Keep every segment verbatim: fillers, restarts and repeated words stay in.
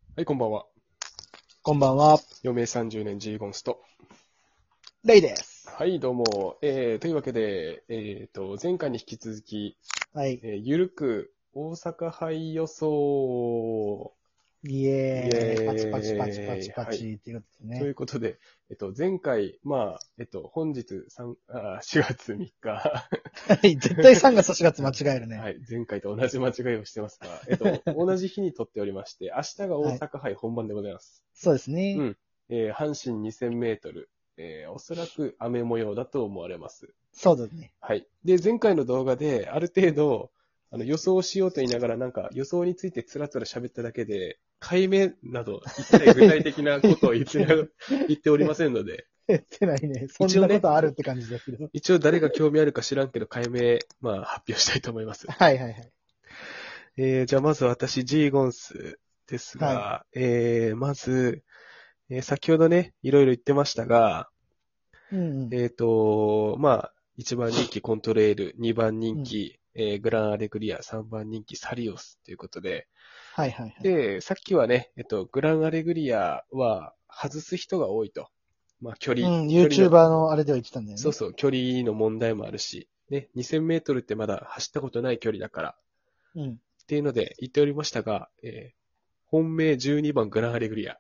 はい、こんばんは。 こんばんは。 余命さんじゅうねん G ゴンスト。 レイです。 はい、どうも。えー、というわけで、えーと、前回に引き続き、 はい。 えーゆるく大阪杯予想。 イイエーイ。パチパチパチパチエーイ。はい。 パチっていうことですといね。 うことで、えっと、前回、まあ、えっと、本日3、あ、しがつみっか。 はい。絶対さんがつしがつ間違えるね。 はい、前回と同じ間違いをしてますが、えっと、同じ日に撮っておりまして、明日が大はい。 阪杯本番でございます。 そうですね。 うん。えー阪神にせんメートル、えーおそらく雨模様だと思われます。 そうだね。 はい。で、前回の動画で、ある程度、あの予想しようと言いながら、なんか予想についてつらつら喋っただけで、解明など、一切具体的なことを言ってな、言っておりませんので、 言ってないね。そん一応ね、 なことあるって感じだけど。 一応誰が興味あるか知らんけど、解明、まあ、発表したいと思います。 はいはいはい。 えー、じゃあまず私、ジーゴンスですはい。 が、えー、まず、えー先ほどね、いろいろ言ってましたが、 うんうん。 えっと、まあ、いちばん人気コントレール、にばん人うん。 気、えーグランアレグリア、さんばん人気サリオスということで、 はいはいはい。 で、さっきはね、えっと、グランアレグリアは外す人が多いと。まあ、距離、 うん。 距離の、 YouTuber のあれでは言ってたんだよね。 そうそう、距離の問題もあるし、ね、にせんメートルってまだ走ったことない距離だから、 うん。 っていうので言っておりましたが、えー本命じゅうにばんグランアレグリア。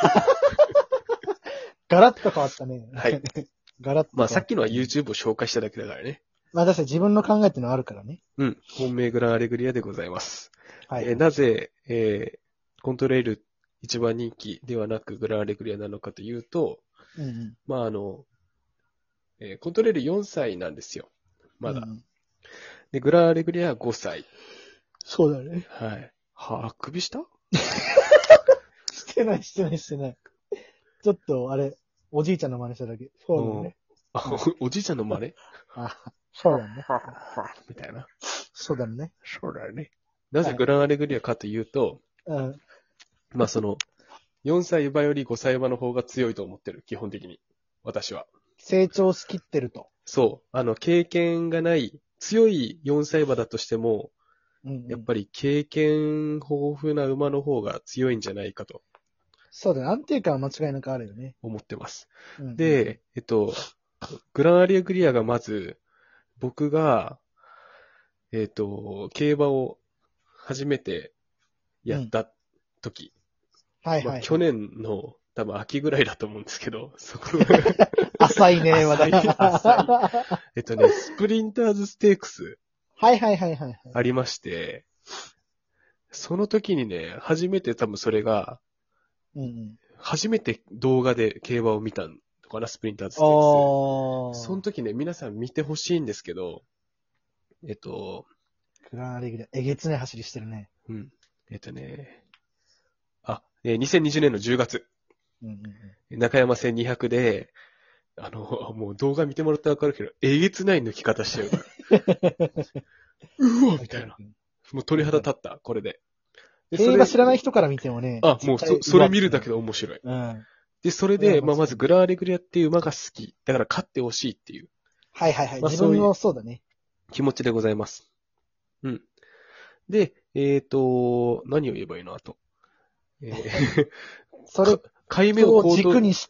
ガラッと変わったね。 はい。 ガラッまあ、 と変わった、 さっきのはね。 YouTube を紹介しただけだからね。 まあ確かに自分の考えっていうのはあるからね。 うん。本命グランアレグリアでございます。えーはいはい。 なぜ、えーコントレイル一番人気ではなくグランアレグリアなのかというと、 うんうん。 まあ、あの、えーコントレイルよんさいなんですよ。まだ。 うんうん。 で、グランアレグリアはごさい。 そうだね。 はい。はあ、首したしてないしてないしてない。ちょっと、あれ、おじいちゃんの真似しただけ。そうだうん。 ね。 あ、 うん。 おおじいちゃんの真似あ、そうだね。 はっはっみたいな。 そうだね。 そうだよね。なぜはい。 グランアレグリアかというと、 うん。 まあ、その、よんさい馬よりごさい馬の方が強いと思ってる、基本的に。私は。 成長しきってると。 そう。あの、経験がない、強いよんさい馬だとしても、 うんうん。 やっぱり経験豊富な馬の方が強いんじゃないかとそうだね。安定感は間違いなくあるよね。 思ってます。 うんうんうん。 で、えっと、グランアリアグリアがまず、僕が、えっと、競馬を初めてうん。 やった時、まあ、 はいはいはい。 去年の多分秋ぐらいだと思うんですけど、そこ、 浅いね、まだ。 浅い、浅い。えっとね、スプリンターズステークスはいはいはいはいはい。 ありまして、その時にね、初めて多分それが、 うんうん。 初めて動画で競馬を見たのかな、スプリンターズステークス。そのおー。 時ね、皆さん見てほしいんですけど、えっと、 グランアレグリア。えげつない走りしてるね。 うん。えっとね、あ、えーにせんにじゅうねんのじゅうがつ、 うんうんうん。 中山せんにひゃくで、あの、もう動画見てもらったらわかるけど、えげつない抜き方してるから。うわみたいな。もう鳥肌立った、これで。で、それ、 競馬知らない人から見てもね、 あ、もうそ、 絶対それ見るだけで。 で面白い。 うん。 で、それで、 それは間違いない。 まあ、まずグラーレグリアっていう馬が好き。だから勝ってほしいっていう。 はいはいはい。 まあ、そういう自分の、そうだね。 気持ちでございます。うん。で、えっと、何を言えばいいのあと。えーそれか、買い目をを行動、 軸にして、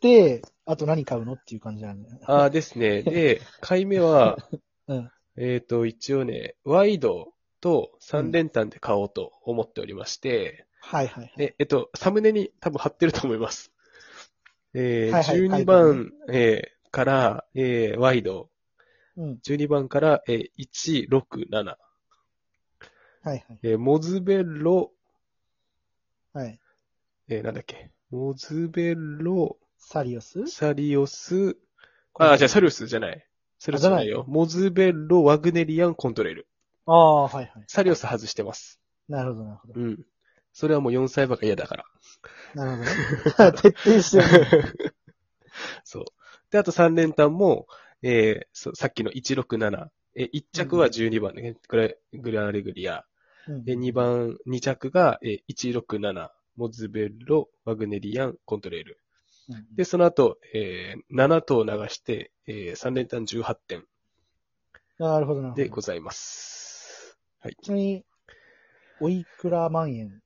あと何買うのっていう感じなんだよああですね。で、買い目は、 ね。うん。 えっと、一応ね、ワイドとうん。 さん連単で買おうと思っておりまして、 はいはいはい。 で、えっと、サムネに多分貼ってると思います。えー、 はいはい、書 12 いてるね。 番、えー、から、えー、ワイド、 うん。 じゅうにばんから、えー、いち、ろく、なな、 はいはい。 えー、モズベロ、 はい。 えー、なんだっけ、モズベロ、 サリオスサリオス、あ、じゃあサリオコントレール。 スじゃない。サリオあ、じゃない。 スじゃないよ。モズベロ、ワグネリアン、コントレール。 ああ、はいはい。 サリオス外してます。 なるほど、なるほど。 うん。それはもうよんさい馬が嫌だから。 なるほどね。 あの徹底してるね。 そう。で、あとさん連単も、えー、そさっきのいちろくなな。えー、いち着はじゅうにばんね、グラグランレグリア。 うんうんで、にばん、に着が、えー、いちろくなな。モズベロ、ワグネリアン、コントレール。 うんうん。 で、その後、えー、なな頭流して、えー、さん連単じゅうはちてんなるほど、なるほど。 でございます。はい。 ちなみに、おいくら万円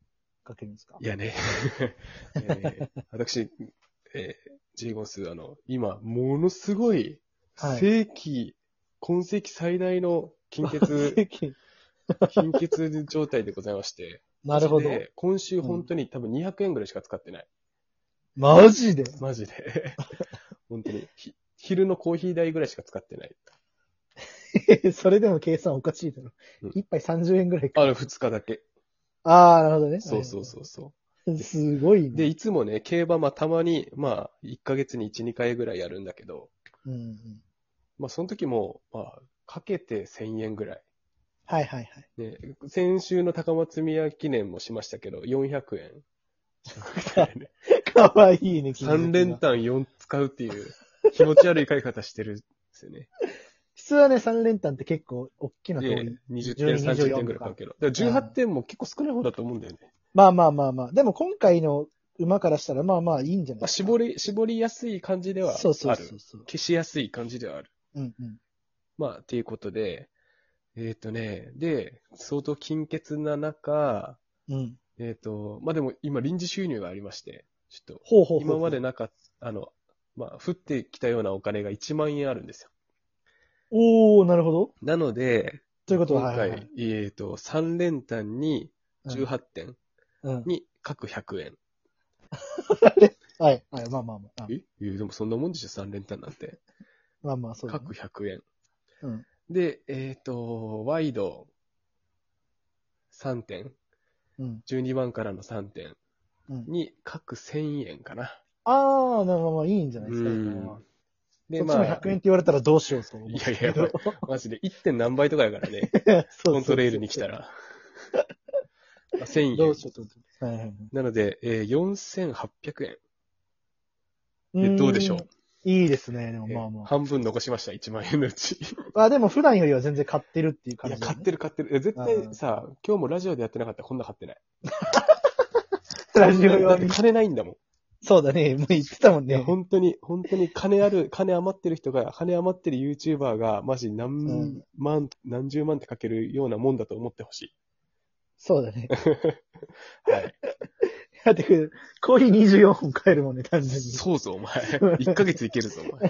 かけるんですか？ いやね、えー私、えージーゴンス、あの、今、ものすごい、 はい世紀、今世紀最大の金欠、金欠状態でございまして。 なるほど。 マジで、今週うん本当に多分にひゃくえんぐらいしか使ってない。 マジでマジで。本当にひ。昼のコーヒー代ぐらいしか使ってない。 それでも計算おかしいだろ。 うん一杯さんじゅうえんぐらいか。 あの、二日だけ。 ああ、なるほどね。 そうそうそうそすごいね。 う。で、いつもね、競馬、まあ、たまに、まあ、いっかげつにいち、にかいぐらいやるんだけど、 うんうん。 まあ、その時も、まあ、かけてせんえんぐらい。 はいはいはい。 ね、先週の高松宮記念もしましたけど、よんひゃくえん。 かわいいね、 さん連単よん使うっていう気持ち悪い買い方してるんですよね。 普通はね、さん連単って結構大きな通でり。、 にじゅってん、さんじゅってんぐらい買うけど。だからじゅうはってんも結構少ない方だと思うんだよね。 まあまあまあまあ。でも今回の馬からしたらまあまあいいんじゃないまあ、 ですか。 絞り、絞りやすい感じではある。 そうそうそうそう。 消しやすい感じではある。 うんうん。 まあ、っていうことで、えっ、とね、で、相当金欠な中、 うん。 えっ、と、まあでも今臨時収入がありまして、ちょっと、 ほうほうほうほう。 今までなかった、あの、まあ、降ってきたようなお金がいちまんえんあるんですよ。 おー、なるほど。 なので、 ということは、 今回、 はいはいはい。 えっ、と、さん連単にじゅうはってんうん。 に各ひゃくえん。 はい。はい。まあまあまあ。 ええでもそんなもんでしょ、さん連単なんて。 まあまあ、そうだね。 各ひゃくえん。 うん。 で、えっ、と、ワイドさんてん、 うん。 じゅうにばんからのさんてんうん。 に各せんえんかな。 あー、まあまあまあ、いいんじゃないですか。 うんで、 そっちもま 100 あ、 円って言われたらどうしようと思ういやいや、 けど。 マジで いってん 何倍とかやからね。 そうそうそうコントレイルに来たら。あせんえん。 どうしようと思って。はいはいはい。 なので、えー、よんせんはっぴゃくえん。 うーんどうでしょう。 いいですね。でもえーまあまあ。 半分残しました、いちまん円のうち。 あ、でも普段よりは全然買ってるっていういや、 感じだね。 買ってる買ってる。いや絶対さ、今日もラジオでやってなかったらこんな買ってない。 ラジオだ用に。 って金ないんだもん。 そうだね。もう言ってたもんいや、 ね。 本当に、本当に金ある、金余ってる人が、金余ってる YouTuber が、マジ何万、何十万ってかけるようなもんだと思ってほしい。 そうだね。 はい。 だって、コーヒーにじゅうよんほん買えるもんね、単純に。 そうぞ、お前。いっかげついけるぞ、お前。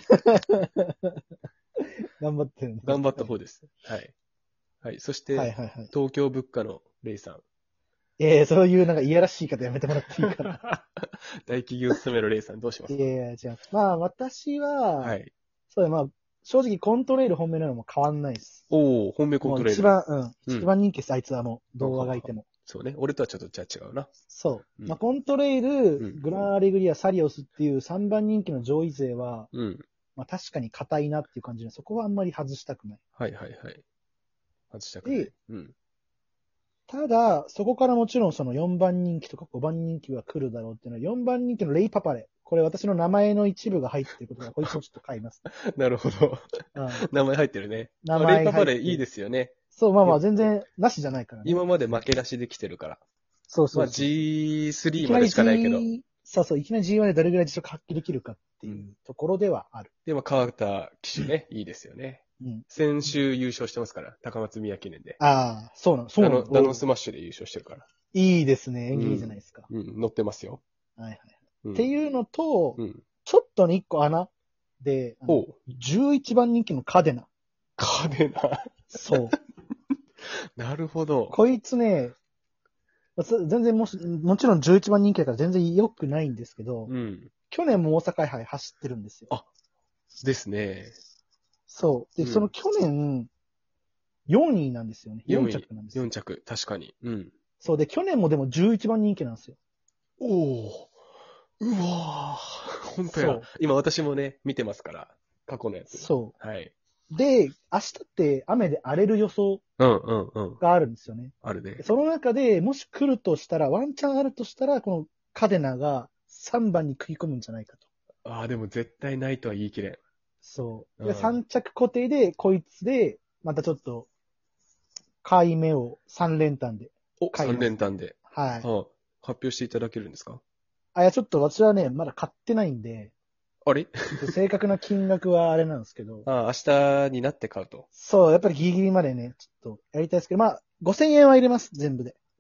頑張ってるね。 頑張った方です。はい。はい。そして、 はいはいはい。 東京物価のレイさん。 ええそういうなんかいやらしい方やめてもらっていいかな。 大企業勤めのレイさん、どうしますか？ いやいや、違う。まあ私は、 はい。 そうだ、まあ、正直コントレイル本命なのも変わんないです。 おー、本命コントレイル。 もう一番、うん。 うん一番人気です、あいつはもう、動画がいても。 そうね。俺とはちょっとじゃあ違うな。 そう。 うんまあ、コントレイル、 うんグランアレグリア、サリオスっていうさんばん人気の上位勢は、 うん。 まあ確かに硬いなっていう感じで、そこはあんまり外したくない。 はいはいはい。外したくないで。 うん。 ただ、そこからもちろんそのよんばん人気とかごばん人気が来るだろうっていうのは、よんばん人気のレイパパレ。これ私の名前の一部が入ってることから、こいつもちょっと買います。 なるほど。 うん、 名前入ってるね。 名前入ってるレイパパレいいですよね。 そう、まあまあ全然なしじゃないからね。 今まで負け出しできてるから。 そうそうそう。 まあ ジースリーいきなりまでしかないけど。 G、そうそう、いきなり ジーワン でどれぐらい実力発揮できるかっていうところではある。 でも川田騎手ね、いいですよね。 うん。 先週優勝してますから、高松宮記念で。 ああ、そうなの、そうなの。 ダノダノンスマッシュで優勝してるから。 いいですね。演技いいじゃないですか。 うん、乗ってますよ。 はいはい。 うん、 っていうのと、 うん。 ちょっとね、一個穴で、あのおう。 じゅういちばん人気のカデナ。 カデナ。 そう。 なるほど。 こいつね、全然もし、もちろんじゅういちばん人気だから全然良くないんですけど、 うん。 去年も大阪杯走ってるんですよ。 あですね。 そう。で、 うんその去年、よんいなんですよね。よん着なんですよ。 よん着、確かに。うん。 そう。で、去年もでもじゅういちばん人気なんですよ。 おお。うわー。本当やそう。 今私もね、見てますから。過去のやつ。 そはい。 う。で、明日って雨で荒れる予想うんうんうん。 があるんですよね。 あるね。 その中でもし来るとしたら、ワンチャンあるとしたら、このカデナがさんばんに食い込むんじゃないかと。 ああ、でも絶対ないとは言い切れん。 そう。で、 うんさん着固定で、こいつで、またちょっと、買い目をさん連単で。 お、3 買います連単で。 はい。 はあ、発表していただけるんですか？ あ、いや、ちょっと私はね、まだ買ってないんで、 あれ正確な金額はあれなんですけど、 ああ、明日になって買うと。 そう、やっぱりギリギリまでね、ちょっとやりたいですけど、まあ、ごせんえんは入れます、全部で。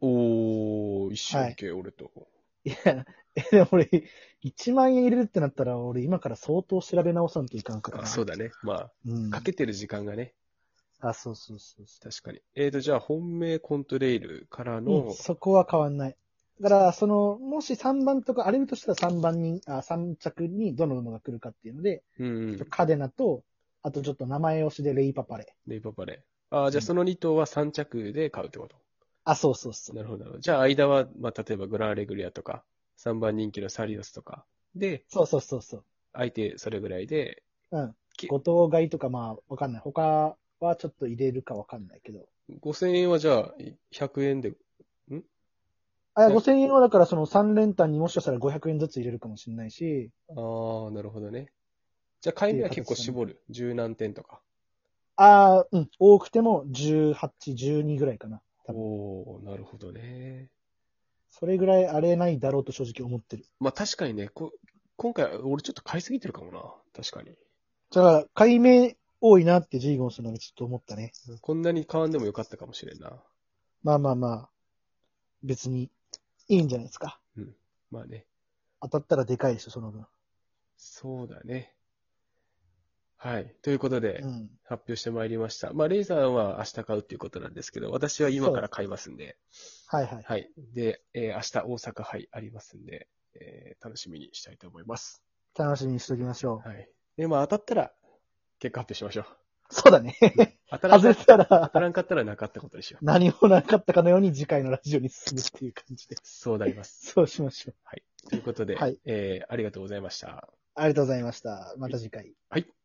おー、一緒やんけ、俺と。 いや、え、でも俺、いちまん円入れるってなったら、俺今から相当調べ直さんといかんからな。 あ、そうだね。まあ、 うん。 かけてる時間がね。 あ、そうそうそうそ確かに。えーと、じゃあ、本命コントレイルからう。 の、 うん、そこは変わんない。だから、その、もしさんばんとか、あれるとしたらさんばんに、あ、さん着にどの馬が来るかっていうので、 うんうん、 カデナと、あとちょっと名前推しでレイパパレ。 レイパパレ。あー、じゃあそのに頭はさん着で買うってこと。 あ、そうそうそう。 なるほど、なるほど。じゃあ、間は、まあ、例えばグランレグリアとか、さんばん人気のサリオスとか、で、 そうそうそうそう。 相手それぐらいで、 うん。 きご頭買いとかまあ、わかんない。他はちょっと入れるかわかんないけど。 ごせんえんはじゃあ、ひゃくえんで、んあ、 いやごせんえんはだからそのさん連単にもしかしたらごひゃくえんずつ入れるかもしれないし、 ああ、なるほどね。じゃあ、買い目は結構絞る。十何点とか。 ああ、うん、多くてもじゅうはち、じゅうにぐらいかな。多分。 おー、なるほどね。 それぐらいあれないだろうと正直思ってる。 まあ確かにね、こ今回、俺ちょっと買いすぎてるかもな。確かに。 じゃあ、解明多いなってジーゴンするのがちょっと思ったね。 こんなに買わんでもよかったかもしれんな。 まあまあまあ、別にいいんじゃないですか。 うん。まあね。 当たったらでかいですよ、その分。 そうだね。はい。ということで、 うん。 発表してまいりました。まあ、レイさんは明日買うっていうことなんですけど、私は今から買いますんで。 はいはい。 はい。で、えー明日大阪杯ありますんで、えー楽しみにしたいと思います。 楽しみにしときましょう。 はい。で、まあ、当たったら、結果発表しましょう。 そうだね。 当たらんか外れた当たらら、 んかったらなかったことにしよう。 何もなかったかのように次回のラジオに進むっていう感じで。 そうなります。 そうしましょう。 はい。ということで、 はいえーありがとうございました。 ありがとうございました。また次回。 はい。